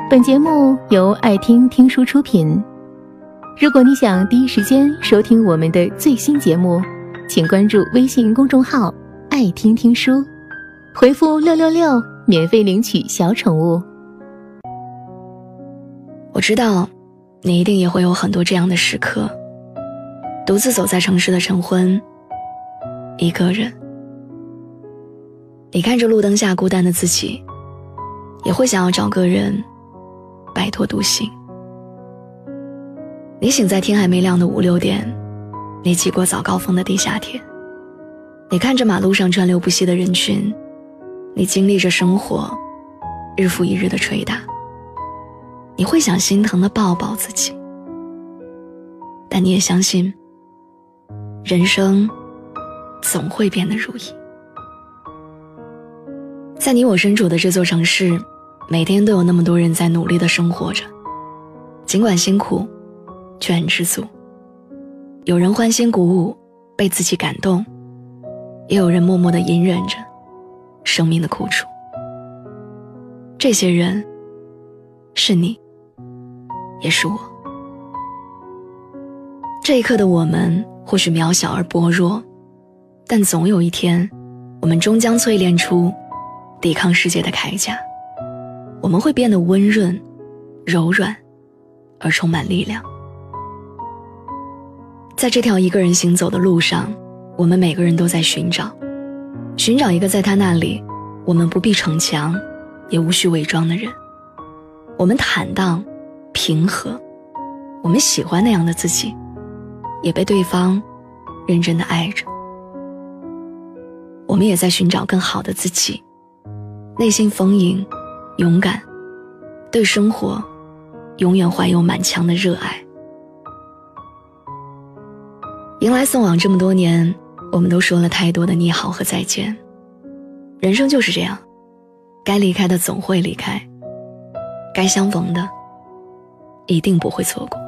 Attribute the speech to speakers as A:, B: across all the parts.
A: 本节目由爱听听书出品。如果你想第一时间收听我们的最新节目，请关注微信公众号爱听听书，回复666免费领取小宠物。
B: 我知道你一定也会有很多这样的时刻，独自走在城市的晨昏，一个人，你看着路灯下孤单的自己，也会想要找个人摆脱独行。你醒在天还没亮的5、6点，你挤过早高峰的地下铁，你看着马路上川流不息的人群，你经历着生活日复一日的捶打，你会想心疼地抱抱自己，但你也相信人生总会变得如意。在你我身处的这座城市，每天都有那么多人在努力地生活着，尽管辛苦却很知足。有人欢欣鼓舞，被自己感动，也有人默默地隐忍着生命的苦楚。这些人是你，也是我。这一刻的我们或许渺小而薄弱，但总有一天，我们终将淬炼出抵抗世界的铠甲。我们会变得温润、柔软而充满力量。在这条一个人行走的路上，我们每个人都在寻找一个在他那里我们不必逞强也无需伪装的人。我们坦荡平和，我们喜欢那样的自己，也被对方认真地爱着。我们也在寻找更好的自己，内心丰盈勇敢，对生活永远怀有满腔的热爱。迎来送往这么多年，我们都说了太多的你好和再见。人生就是这样，该离开的总会离开，该相逢的一定不会错过。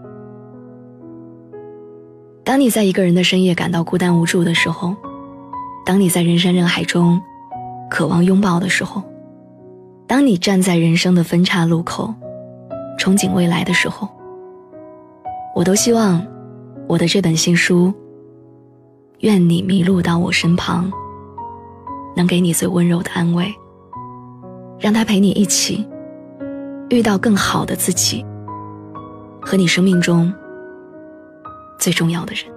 B: 当你在一个人的深夜感到孤单无助的时候，当你在人山人海中渴望拥抱的时候，当你站在人生的分岔路口憧憬未来的时候，我都希望我的这本新书愿你迷路到我身旁，能给你最温柔的安慰，让它陪你一起遇到更好的自己和你生命中最重要的人。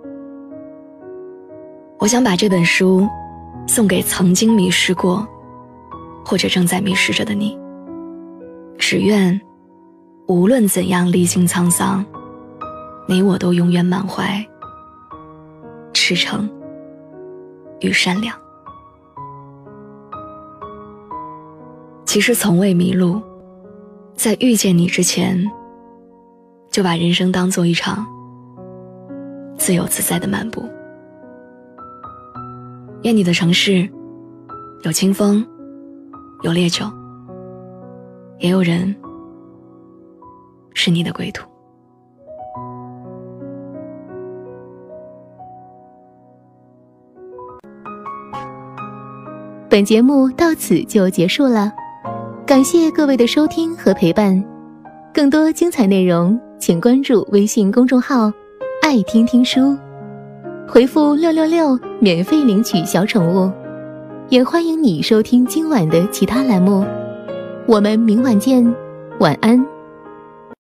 B: 我想把这本书送给曾经迷失过或者正在迷失着的你，只愿无论怎样历经沧桑，你我都永远满怀赤诚与善良。其实从未迷路，在遇见你之前，就把人生当作一场自由自在的漫步。愿你的城市有清风，有烈酒，也有人是你的归途。
A: 本节目到此就结束了，感谢各位的收听和陪伴。更多精彩内容请关注微信公众号爱听听书，回复666免费领取小宠物。也欢迎你收听今晚的其他栏目。我们明晚见，晚安。